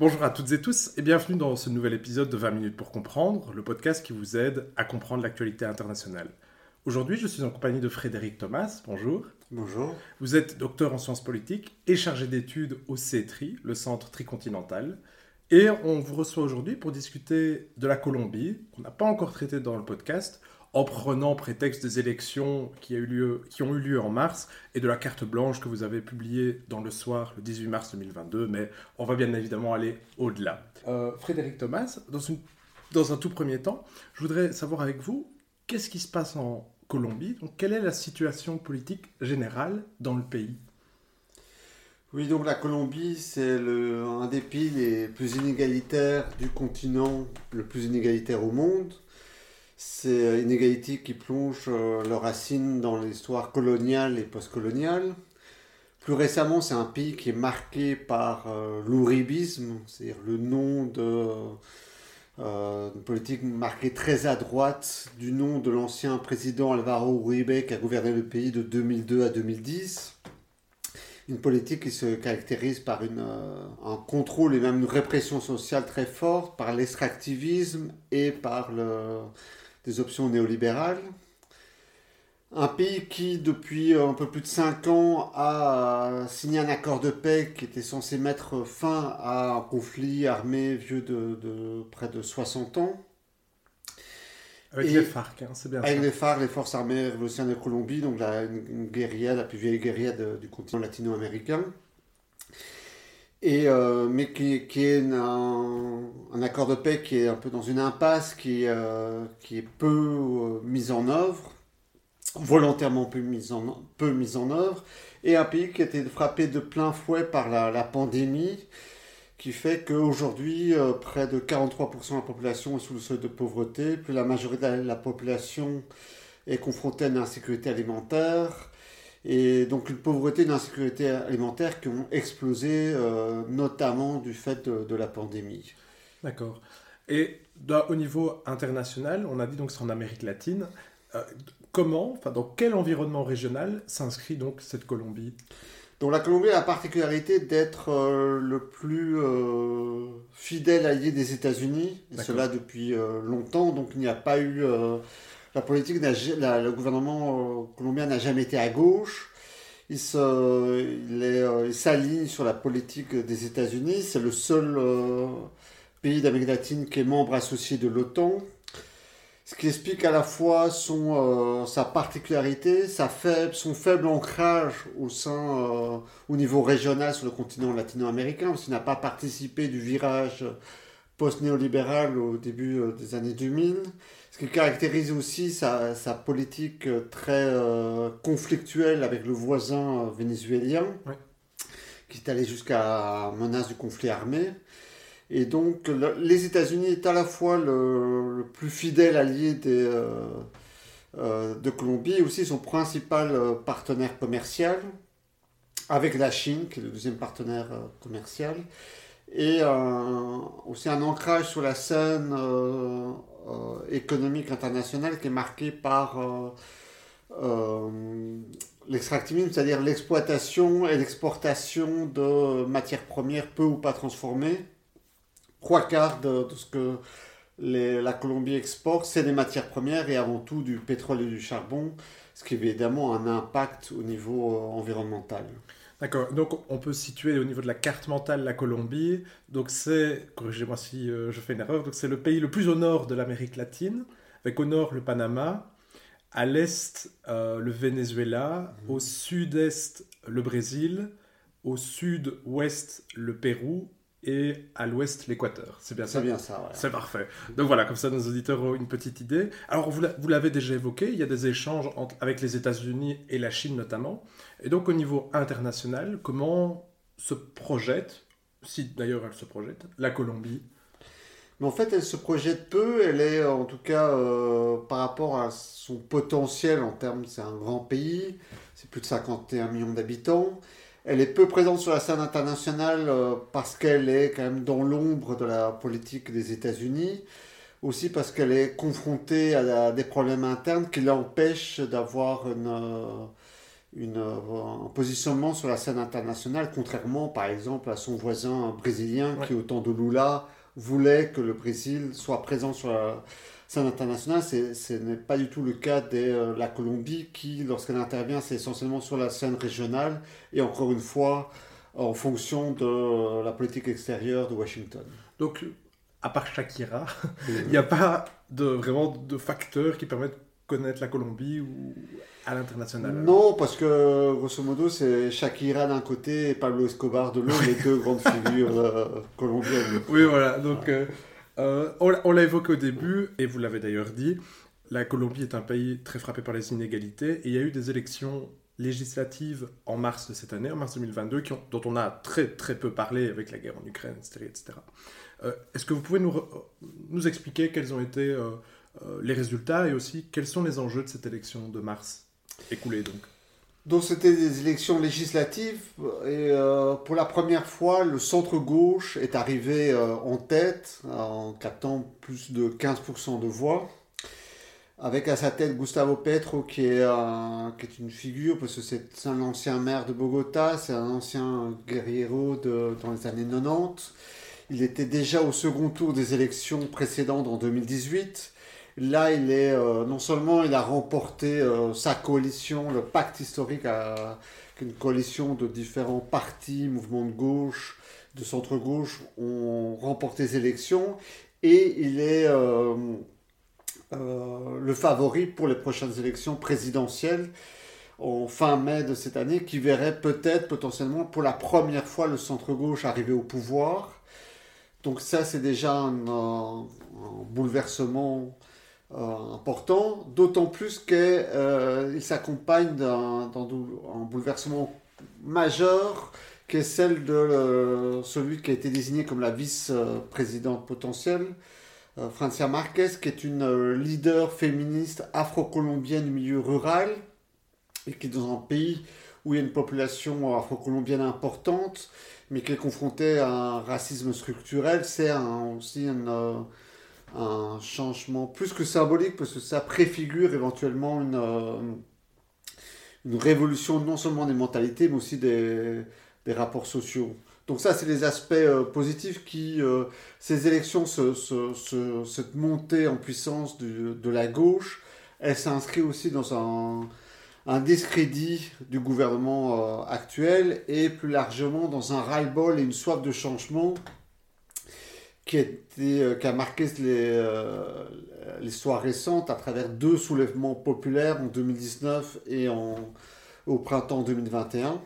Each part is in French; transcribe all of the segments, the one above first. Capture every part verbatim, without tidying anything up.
Bonjour à toutes et tous et bienvenue dans ce nouvel épisode de vingt minutes pour comprendre, le podcast qui vous aide à comprendre l'actualité internationale. Aujourd'hui, je suis en compagnie de Frédéric Thomas. Bonjour. Bonjour. Vous êtes docteur en sciences politiques et chargé d'études au C E T R I, le Centre Tricontinental. Et on vous reçoit aujourd'hui pour discuter de la Colombie, qu'on n'a pas encore traité dans le podcast, en prenant prétexte des élections qui, a eu lieu, qui ont eu lieu en mars et de la carte blanche que vous avez publiée dans Le Soir le dix-huit mars deux mille vingt-deux, mais on va bien évidemment aller au-delà. Euh, Frédéric Thomas, dans, une, dans un tout premier temps, je voudrais savoir avec vous, qu'est-ce qui se passe en Colombie? Donc, quelle est la situation politique générale dans le pays? Oui, donc la Colombie, c'est le, un des pays les plus inégalitaires du continent, le plus inégalitaire au monde. C'est une inégalité qui plonge euh, leurs racines dans l'histoire coloniale et postcoloniale. Plus récemment, c'est un pays qui est marqué par euh, l'ouribisme, c'est-à-dire le nom de euh, une politique marquée très à droite du nom de l'ancien président Álvaro Uribe qui a gouverné le pays de deux mille deux à deux mille dix. Une politique qui se caractérise par une, euh, un contrôle et même une répression sociale très forte, par l'extractivisme et par le, des options néolibérales. Un pays qui, depuis un peu plus de cinq ans, a signé un accord de paix qui était censé mettre fin à un conflit armé vieux de, de près de soixante ans. Avec Et les FARC, hein, c'est bien avec ça. les FARC, les Forces armées révolutionnaires de Colombie, donc la, une, une guérilla, la plus vieille guérilla de, du continent latino-américain. Et, euh, mais qui, qui est une, un, un accord de paix qui est un peu dans une impasse, qui, euh, qui est peu euh, mis en œuvre, volontairement peu mis en, peu mis en œuvre, et un pays qui a été frappé de plein fouet par la, la pandémie, qui fait qu'aujourd'hui, euh, près de quarante-trois pour cent de la population est sous le seuil de pauvreté, plus la majorité de la population est confrontée à une insécurité alimentaire, et donc une pauvreté et une insécurité alimentaire qui ont explosé, euh, notamment du fait de, de la pandémie. D'accord. Et dans- au niveau international, on a dit donc c'est en Amérique latine. Euh, comment, enfin dans quel environnement régional s'inscrit donc cette Colombie? Donc la Colombie a la particularité d'être euh, le plus euh, fidèle allié des États-Unis, et D'accord. cela depuis euh, longtemps. Donc il n'y a pas eu euh, la politique, n'a ja- la- le gouvernement euh, colombien n'a jamais été à gauche. Il se, il est, euh, il s'aligne sur la politique des États-Unis. C'est le seul euh, pays d'Amérique latine qui est membre associé de l'OTAN. Ce qui explique à la fois son, euh, sa particularité, sa faible, son faible ancrage au sein, euh, au niveau régional sur le continent latino-américain, parce qu'il n'a pas participé du virage post-néolibéral au début euh, des années deux mille. Ce qui caractérise aussi sa, sa politique euh, très euh, conflictuelle avec le voisin euh, vénézuélien, Ouais. qui est allé jusqu'à menace du conflit armé. Et donc, le- les États-Unis est à la fois le, le plus fidèle allié des, euh, euh, de Colombie et aussi son principal euh, partenaire commercial, avec la Chine, qui est le deuxième partenaire euh, commercial, et euh, aussi un ancrage sur la scène euh, euh, économique internationale qui est marqué par euh, euh, l'extractivisme, c'est-à-dire l'exploitation et l'exportation de matières premières peu ou pas transformées. Trois quarts de, de ce que les- la Colombie exporte, c'est des matières premières et avant tout du pétrole et du charbon, ce qui évidemment a un impact au niveau euh, environnemental. D'accord. Donc on peut situer au niveau de la carte mentale la Colombie. Donc c'est, corrigez-moi si euh, je fais une erreur, donc c'est le pays le plus au nord de l'Amérique latine, avec au nord le Panama, à l'est euh, le Venezuela, au sud-est le Brésil, au sud-ouest le Pérou et à l'ouest l'Équateur. C'est bien C'est ça? bien ça, voilà. C'est parfait. Donc voilà, comme ça nos auditeurs ont une petite idée. Alors vous l'a- vous l'avez déjà évoqué, il y a des échanges entre- avec les États-Unis et la Chine notamment. Et donc au niveau international, comment se projette, si d'ailleurs elle se projette, la Colombie? Mais en fait, elle se projette peu, elle est en tout cas euh, par rapport à son potentiel en termes, c'est un grand pays, c'est plus de cinquante et un millions d'habitants. Elle est peu présente sur la scène internationale euh, parce qu'elle est quand même dans l'ombre de la politique des États-Unis. Aussi parce qu'elle est confrontée à, la- des problèmes internes qui l'empêchent d'avoir une, euh, une, un positionnement sur la scène internationale, contrairement par exemple à son voisin brésilien ouais. qui, au temps de Lula, voulait que le Brésil soit présent sur la scène internationale. C'est, ce n'est pas du tout le cas de euh, la Colombie qui, lorsqu'elle intervient, c'est essentiellement sur la scène régionale et encore une fois en fonction de euh, la politique extérieure de Washington. Donc, à part Shakira, il n'y a pas de, vraiment de facteurs qui permettent de connaître la Colombie ou à l'international? Non, parce que grosso modo, c'est Shakira d'un côté et Pablo Escobar de l'autre, les deux grandes figures euh, colombiennes. Oui, voilà. Donc, euh, euh, on, l'a, on l'a évoqué au début, et vous l'avez d'ailleurs dit, la Colombie est un pays très frappé par les inégalités, et il y a eu des élections législatives en mars de cette année, en mars deux mille vingt-deux, qui ont, dont on a très très peu parlé avec la guerre en Ukraine, et cetera et cetera. Euh, est-ce que vous pouvez nous, re- nous expliquer quels ont été euh, euh, les résultats et aussi quels sont les enjeux de cette élection de mars écoulée donc? Donc c'était des élections législatives et euh, pour la première fois le centre-gauche est arrivé euh, en tête en captant plus de quinze pour cent de voix avec à sa tête Gustavo Petro qui est, euh, qui est une figure parce que c'est, c'est un ancien maire de Bogota, c'est un ancien guerriero de, dans les années quatre-vingt-dix. Il était déjà au second tour des élections précédentes en deux mille dix-huit. Là, il est euh, non seulement il a remporté euh, sa coalition, le pacte historique, à, une coalition de différents partis, mouvements de gauche, de centre-gauche, ont remporté les élections, et il est euh, euh, le favori pour les prochaines élections présidentielles en fin mai de cette année, qui verrait peut-être potentiellement pour la première fois le centre-gauche arriver au pouvoir. Donc ça, c'est déjà un, un, un bouleversement euh, important, d'autant plus qu'il euh, s'accompagne d'un, d'un, d'un bouleversement majeur, qui est celle de euh, celui qui a été désigné comme la vice-présidente potentielle, euh, Francia Marquez, qui est une euh, leader féministe afro-colombienne du milieu rural, et qui est dans un pays où il y a une population afro-colombienne importante, mais qui est confronté à un racisme structurel. C'est un, aussi un, euh, un changement plus que symbolique, parce que ça préfigure éventuellement une, euh, une révolution non seulement des mentalités, mais aussi des, des rapports sociaux. Donc ça, c'est les aspects euh, positifs qui... Euh, ces élections, ce, ce, ce, cette montée en puissance du, de la gauche, elle s'inscrit aussi dans un... un discrédit du gouvernement euh, actuel et plus largement dans un ras-le-bol et une soif de changement qui a, été, euh, qui a marqué les, euh, l'histoire récente à travers deux soulèvements populaires en deux mille dix-neuf et en, au printemps deux mille vingt et un.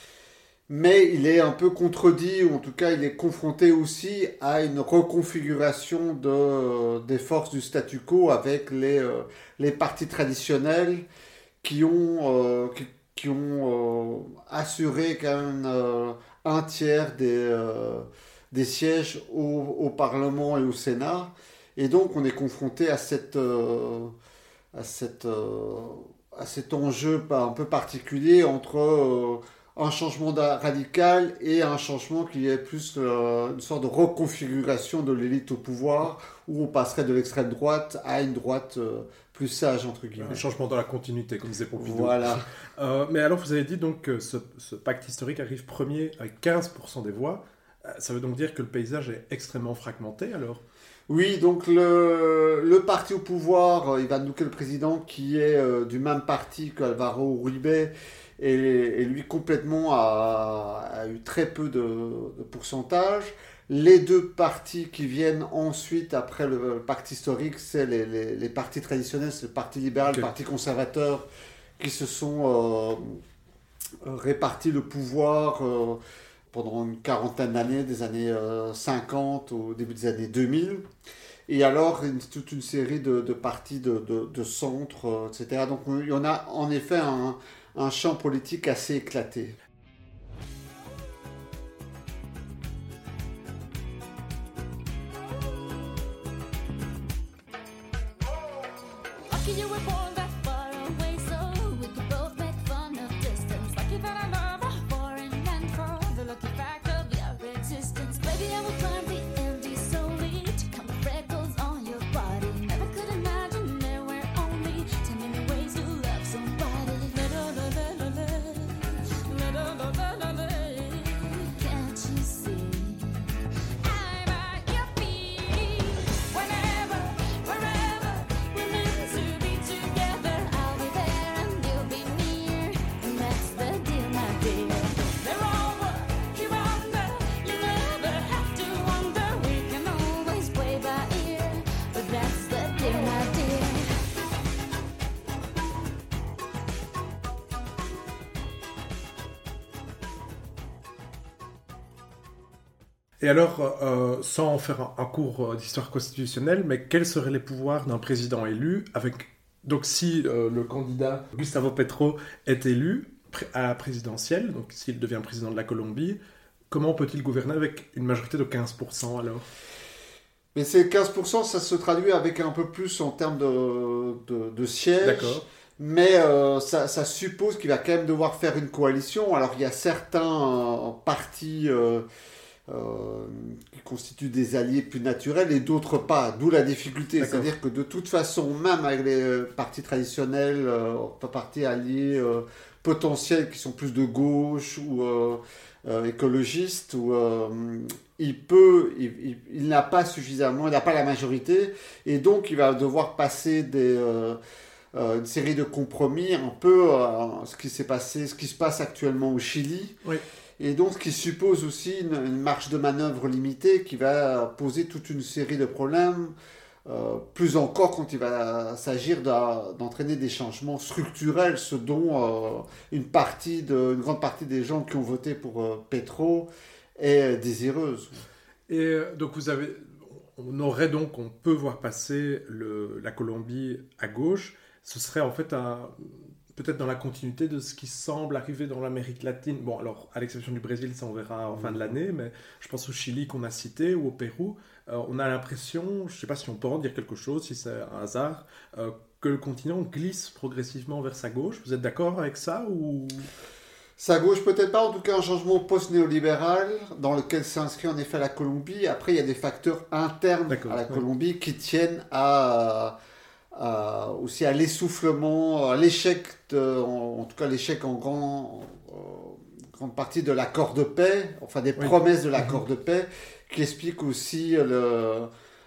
Mais il est un peu contredit, ou en tout cas il est confronté aussi à une reconfiguration de, des forces du statu quo avec les, euh, les partis traditionnels qui ont, euh, qui, qui ont euh, assuré quand même euh, un tiers des, euh, des sièges au, au Parlement et au Sénat. Et donc on est confronté à, cette, euh, à, cette, euh, à cet enjeu un peu particulier entre euh, un changement radical et un changement qui est plus euh, une sorte de reconfiguration de l'élite au pouvoir, où on passerait de l'extrême droite à une droite euh, plus sage, entre guillemets. Un changement dans la continuité, comme disait Pompidou. Voilà. euh, mais alors, vous avez dit donc que ce, ce pacte historique arrive premier avec quinze pour cent des voix. Euh, ça veut donc dire que le paysage est extrêmement fragmenté, alors? Oui, donc le, le parti au pouvoir, Iván Duque, le président, qui est euh, du même parti qu'Alvaro Uribe, et, et lui complètement a, a eu très peu de, de pourcentage. Les deux partis qui viennent ensuite après le, le pacte historique, c'est les, les, les partis traditionnels, c'est le parti libéral, okay. Le parti conservateur, qui se sont euh, répartis le pouvoir euh, pendant une quarantaine d'années, des années euh, cinquante au début des années deux mille. Et alors, une, toute une série de, de partis de, de, de centre, euh, et cetera. Donc, il y en a en effet un, un champ politique assez éclaté. Et alors, euh, sans faire un, un cours d'histoire constitutionnelle, mais quels seraient les pouvoirs d'un président élu avec... Donc si euh, le candidat Gustavo Petro est élu à la présidentielle, donc s'il devient président de la Colombie, comment peut-il gouverner avec une majorité de quinze pour cent alors? Mais ces quinze pour cent, ça se traduit avec un peu plus en termes de, de, de sièges. D'accord. Mais euh, ça, ça suppose qu'il va quand même devoir faire une coalition. Alors il y a certains euh, partis euh, euh, qui constituent des alliés plus naturels et d'autres pas. D'où la difficulté. D'accord. C'est-à-dire que de toute façon, même avec les partis traditionnels, euh, partis alliés euh, potentiels qui sont plus de gauche ou euh, euh, écologistes, ou, euh, il peut, il, il, il n'a pas suffisamment, il n'a pas la majorité, et donc il va devoir passer des... Euh, Euh, une série de compromis, un peu euh, ce qui s'est passé, ce qui se passe actuellement au Chili, Oui. et donc ce qui suppose aussi une, une marge de manœuvre limitée qui va poser toute une série de problèmes, euh, plus encore quand il va s'agir d'entraîner des changements structurels, ce dont euh, une, partie de, une grande partie des gens qui ont voté pour euh, Petro est désireuse. Et euh, donc vous avez, on aurait donc, on peut voir passer le, la Colombie à gauche. Ce serait en fait un, peut-être dans la continuité de ce qui semble arriver dans l'Amérique latine. Bon, alors, à l'exception du Brésil, ça on verra en fin de l'année, mais je pense au Chili qu'on a cité ou au Pérou. Euh, on a l'impression, je ne sais pas si on peut en dire quelque chose, si c'est un hasard, euh, que le continent glisse progressivement vers sa gauche. Vous êtes d'accord avec ça ou... Sa gauche, peut-être pas, en tout cas un changement post-néolibéral dans lequel s'inscrit en effet la Colombie. Après, il y a des facteurs internes D'accord, à la ouais. Colombie qui tiennent à... Euh, aussi à l'essoufflement, à l'échec, de, en, en tout cas l'échec en grand, en grande partie de l'accord de paix, enfin des Oui. promesses de l'accord de paix, qui explique aussi le,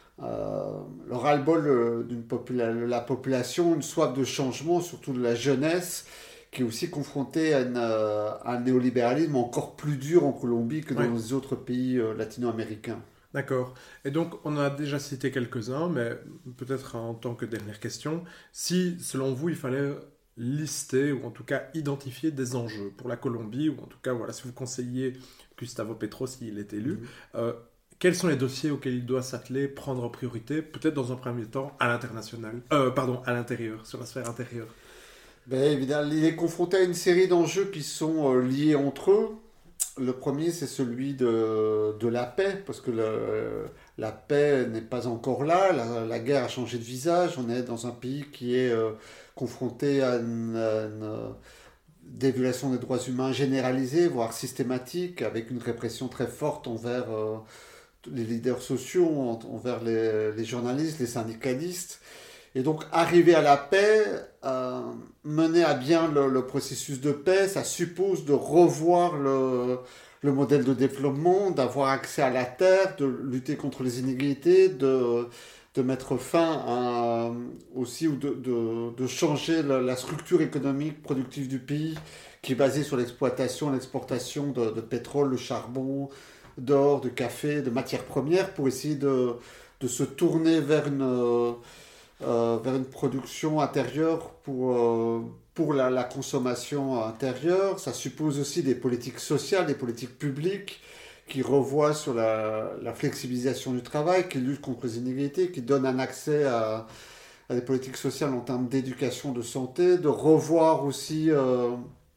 euh, le ras-le-bol d'une popula- de la population, une soif de changement, surtout de la jeunesse, qui est aussi confrontée à, une, à un néolibéralisme encore plus dur en Colombie que dans Oui. les autres pays euh, latino-américains. D'accord. Et donc, on a déjà cité quelques-uns, mais peut-être en tant que dernière question, si, selon vous, il fallait lister, ou en tout cas identifier des enjeux pour la Colombie, ou en tout cas, voilà, si vous conseillez Gustavo Petro s'il est élu, mmh. euh, quels sont les dossiers auxquels il doit s'atteler, prendre en priorité, peut-être dans un premier temps à l'international, euh, pardon, à l'intérieur, sur la sphère intérieure? Ben, évidemment, il est confronté à une série d'enjeux qui sont euh, liés entre eux. Le premier, c'est celui de, de la paix, parce que le, la paix n'est pas encore là, la, la guerre a changé de visage, on est dans un pays qui est euh, confronté à une, à une euh, des violations des droits humains généralisées, voire systématiques, avec une répression très forte envers euh, les leaders sociaux, en, envers les, les journalistes, les syndicalistes. Et donc, arriver à la paix, euh, mener à bien le, le processus de paix, ça suppose de revoir le, le modèle de développement, d'avoir accès à la terre, de lutter contre les inégalités, de, de mettre fin à, aussi, ou de, de, de changer la, la structure économique productive du pays, qui est basée sur l'exploitation, l'exportation de, de pétrole, de charbon, d'or, de café, de matières premières, pour essayer de, de se tourner vers une... Euh, vers une production intérieure pour, euh, pour la, la consommation intérieure. Ça suppose aussi des politiques sociales, des politiques publiques qui revoient sur la, la flexibilisation du travail, qui luttent contre les inégalités, qui donnent un accès à, à des politiques sociales en termes d'éducation, de santé, de revoir aussi euh,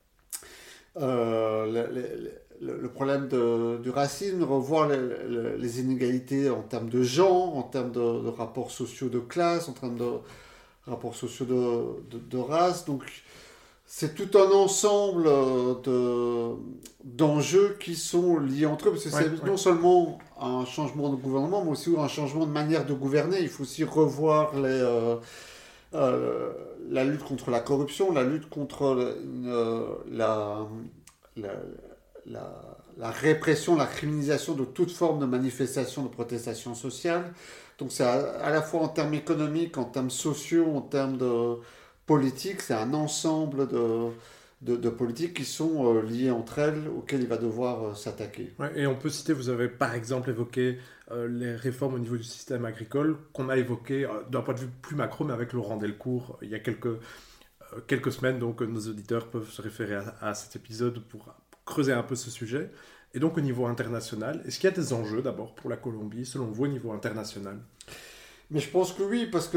euh, les, les, le problème de, du racisme, revoir les, les inégalités en termes de genre, en termes de, de rapports sociaux de classe, en termes de rapports sociaux de, de, de race. Donc, c'est tout un ensemble de, d'enjeux qui sont liés entre eux, parce que ouais, c'est ouais. non seulement un changement de gouvernement, mais aussi un changement de manière de gouverner. Il faut aussi revoir les... Euh, euh, la lutte contre la corruption, la lutte contre euh, la... la La, la répression, la criminalisation de toute forme de manifestation, de protestation sociale. Donc c'est à, à la fois en termes économiques, en termes sociaux, en termes de politique, c'est un ensemble de, de, de politiques qui sont euh, liées entre elles, auxquelles il va devoir euh, s'attaquer. Ouais, et on peut citer, vous avez par exemple évoqué euh, les réformes au niveau du système agricole, qu'on a évoqué euh, d'un point de vue plus macro, mais avec Laurent Delcourt, il y a quelques, euh, quelques semaines, donc nos auditeurs peuvent se référer à, à cet épisode pour... creuser un peu ce sujet. Et donc au niveau international, est-ce qu'il y a des enjeux d'abord pour la Colombie, selon vous, au niveau international? Mais je pense que oui, parce que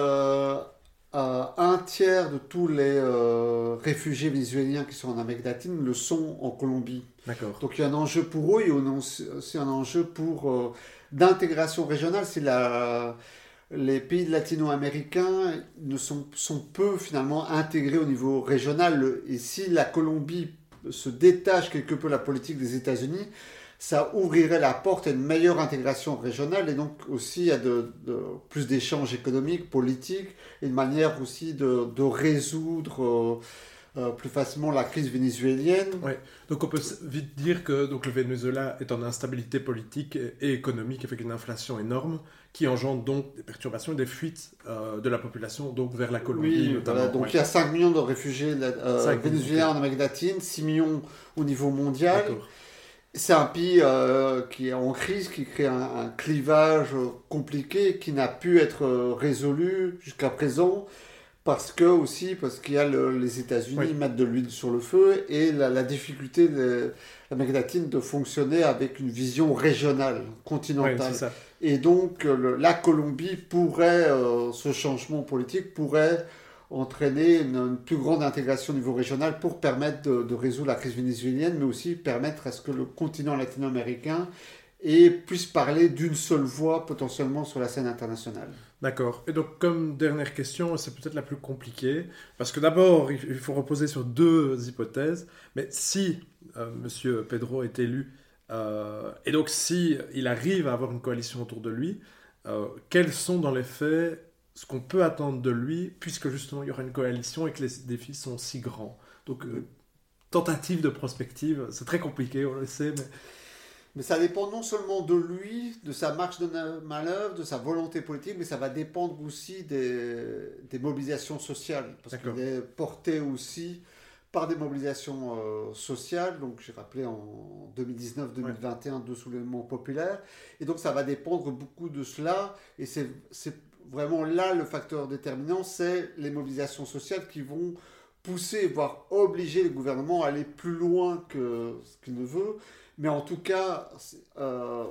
la, euh, un tiers de tous les euh, réfugiés vénézuéliens qui sont en Amérique latine le sont en Colombie. D'accord. Donc il y a un enjeu pour eux et aussi un enjeu pour euh, d'intégration régionale. Si la, les pays latino-américains ne sont, sont peu finalement intégrés au niveau régional, et si la Colombie se détache quelque peu de la politique des États-Unis, ça ouvrirait la porte à une meilleure intégration régionale et donc aussi à de, de, plus d'échanges économiques, politiques, et une manière aussi de, de résoudre euh, euh, plus facilement la crise vénézuélienne. Oui, donc on peut vite dire que donc, le Venezuela est en instabilité politique et, et économique avec une inflation énorme qui engendre donc des perturbations et des fuites euh, de la population donc vers la Colombie oui, notamment. Voilà, donc ouais. il y a cinq millions de réfugiés euh, vénézuéliens en Amérique latine, six millions au niveau mondial. D'accord. C'est un pays euh, qui est en crise, qui crée un, un clivage compliqué, qui n'a pu être résolu jusqu'à présent, parce que aussi, parce qu'il y a le, les États-Unis oui. mettent de l'huile sur le feu, et la, la difficulté de l'Amérique latine de fonctionner avec une vision régionale, continentale. Oui, c'est ça. Et donc, le, la Colombie pourrait, euh, ce changement politique pourrait entraîner une, une plus grande intégration au niveau régional pour permettre de, de résoudre la crise vénézuélienne, mais aussi permettre à ce que le continent latino-américain et puisse parler d'une seule voix potentiellement sur la scène internationale. D'accord. Et donc, comme dernière question, c'est peut-être la plus compliquée, parce que d'abord, il faut reposer sur deux hypothèses. Mais si euh, M. Pedro est élu, euh, et donc si il arrive à avoir une coalition autour de lui, euh, quels sont dans les faits ce qu'on peut attendre de lui, puisque justement il y aura une coalition et que les défis sont si grands. Donc, euh, tentative de prospective, c'est très compliqué, on le sait, mais... Mais ça dépend non seulement de lui, de sa marge de manœuvre, de sa volonté politique, mais ça va dépendre aussi des, des mobilisations sociales. Parce D'accord. qu'il est porté aussi par des mobilisations euh, sociales. Donc j'ai rappelé en deux mille dix-neuf deux mille vingt et un ouais. deux soulèvements populaires. Et donc ça va dépendre beaucoup de cela. Et c'est, c'est vraiment là le facteur déterminant, c'est les mobilisations sociales qui vont pousser, voire obliger le gouvernement à aller plus loin que ce qu'il ne veut. Mais en tout cas, euh,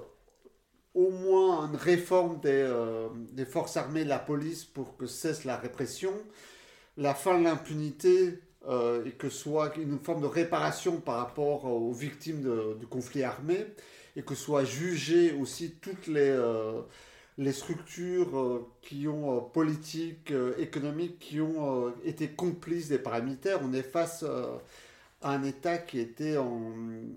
au moins une réforme des, euh, des forces armées, de la police pour que cesse la répression, la fin de l'impunité euh, et que soit une forme de réparation par rapport aux victimes de, du conflit armé et que soient jugées aussi toutes les, euh, les structures euh, qui ont euh, politiques, euh, économiques, qui ont euh, été complices des paramilitaires. On est face euh, à un État qui était en...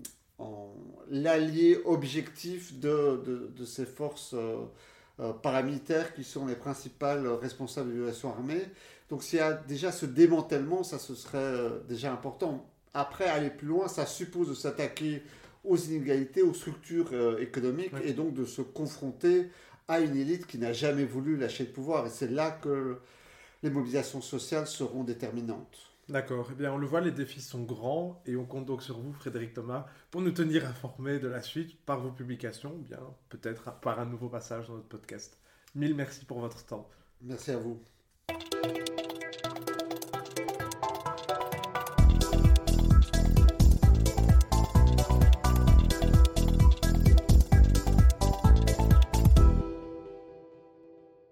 En l'allié objectif de, de, de ces forces euh, euh, paramilitaires qui sont les principales responsables de violations armées. Donc s'il y a déjà ce démantèlement, ça ce serait euh, déjà important. Après, aller plus loin, ça suppose de s'attaquer aux inégalités, aux structures euh, économiques, oui. Et donc de se confronter à une élite qui n'a jamais voulu lâcher le pouvoir. Et c'est là que les mobilisations sociales seront déterminantes. D'accord. Eh bien, on le voit, les défis sont grands et on compte donc sur vous, Frédéric Thomas, pour nous tenir informés de la suite par vos publications, ou bien peut-être par un nouveau passage dans notre podcast. Mille merci pour votre temps. Merci à vous.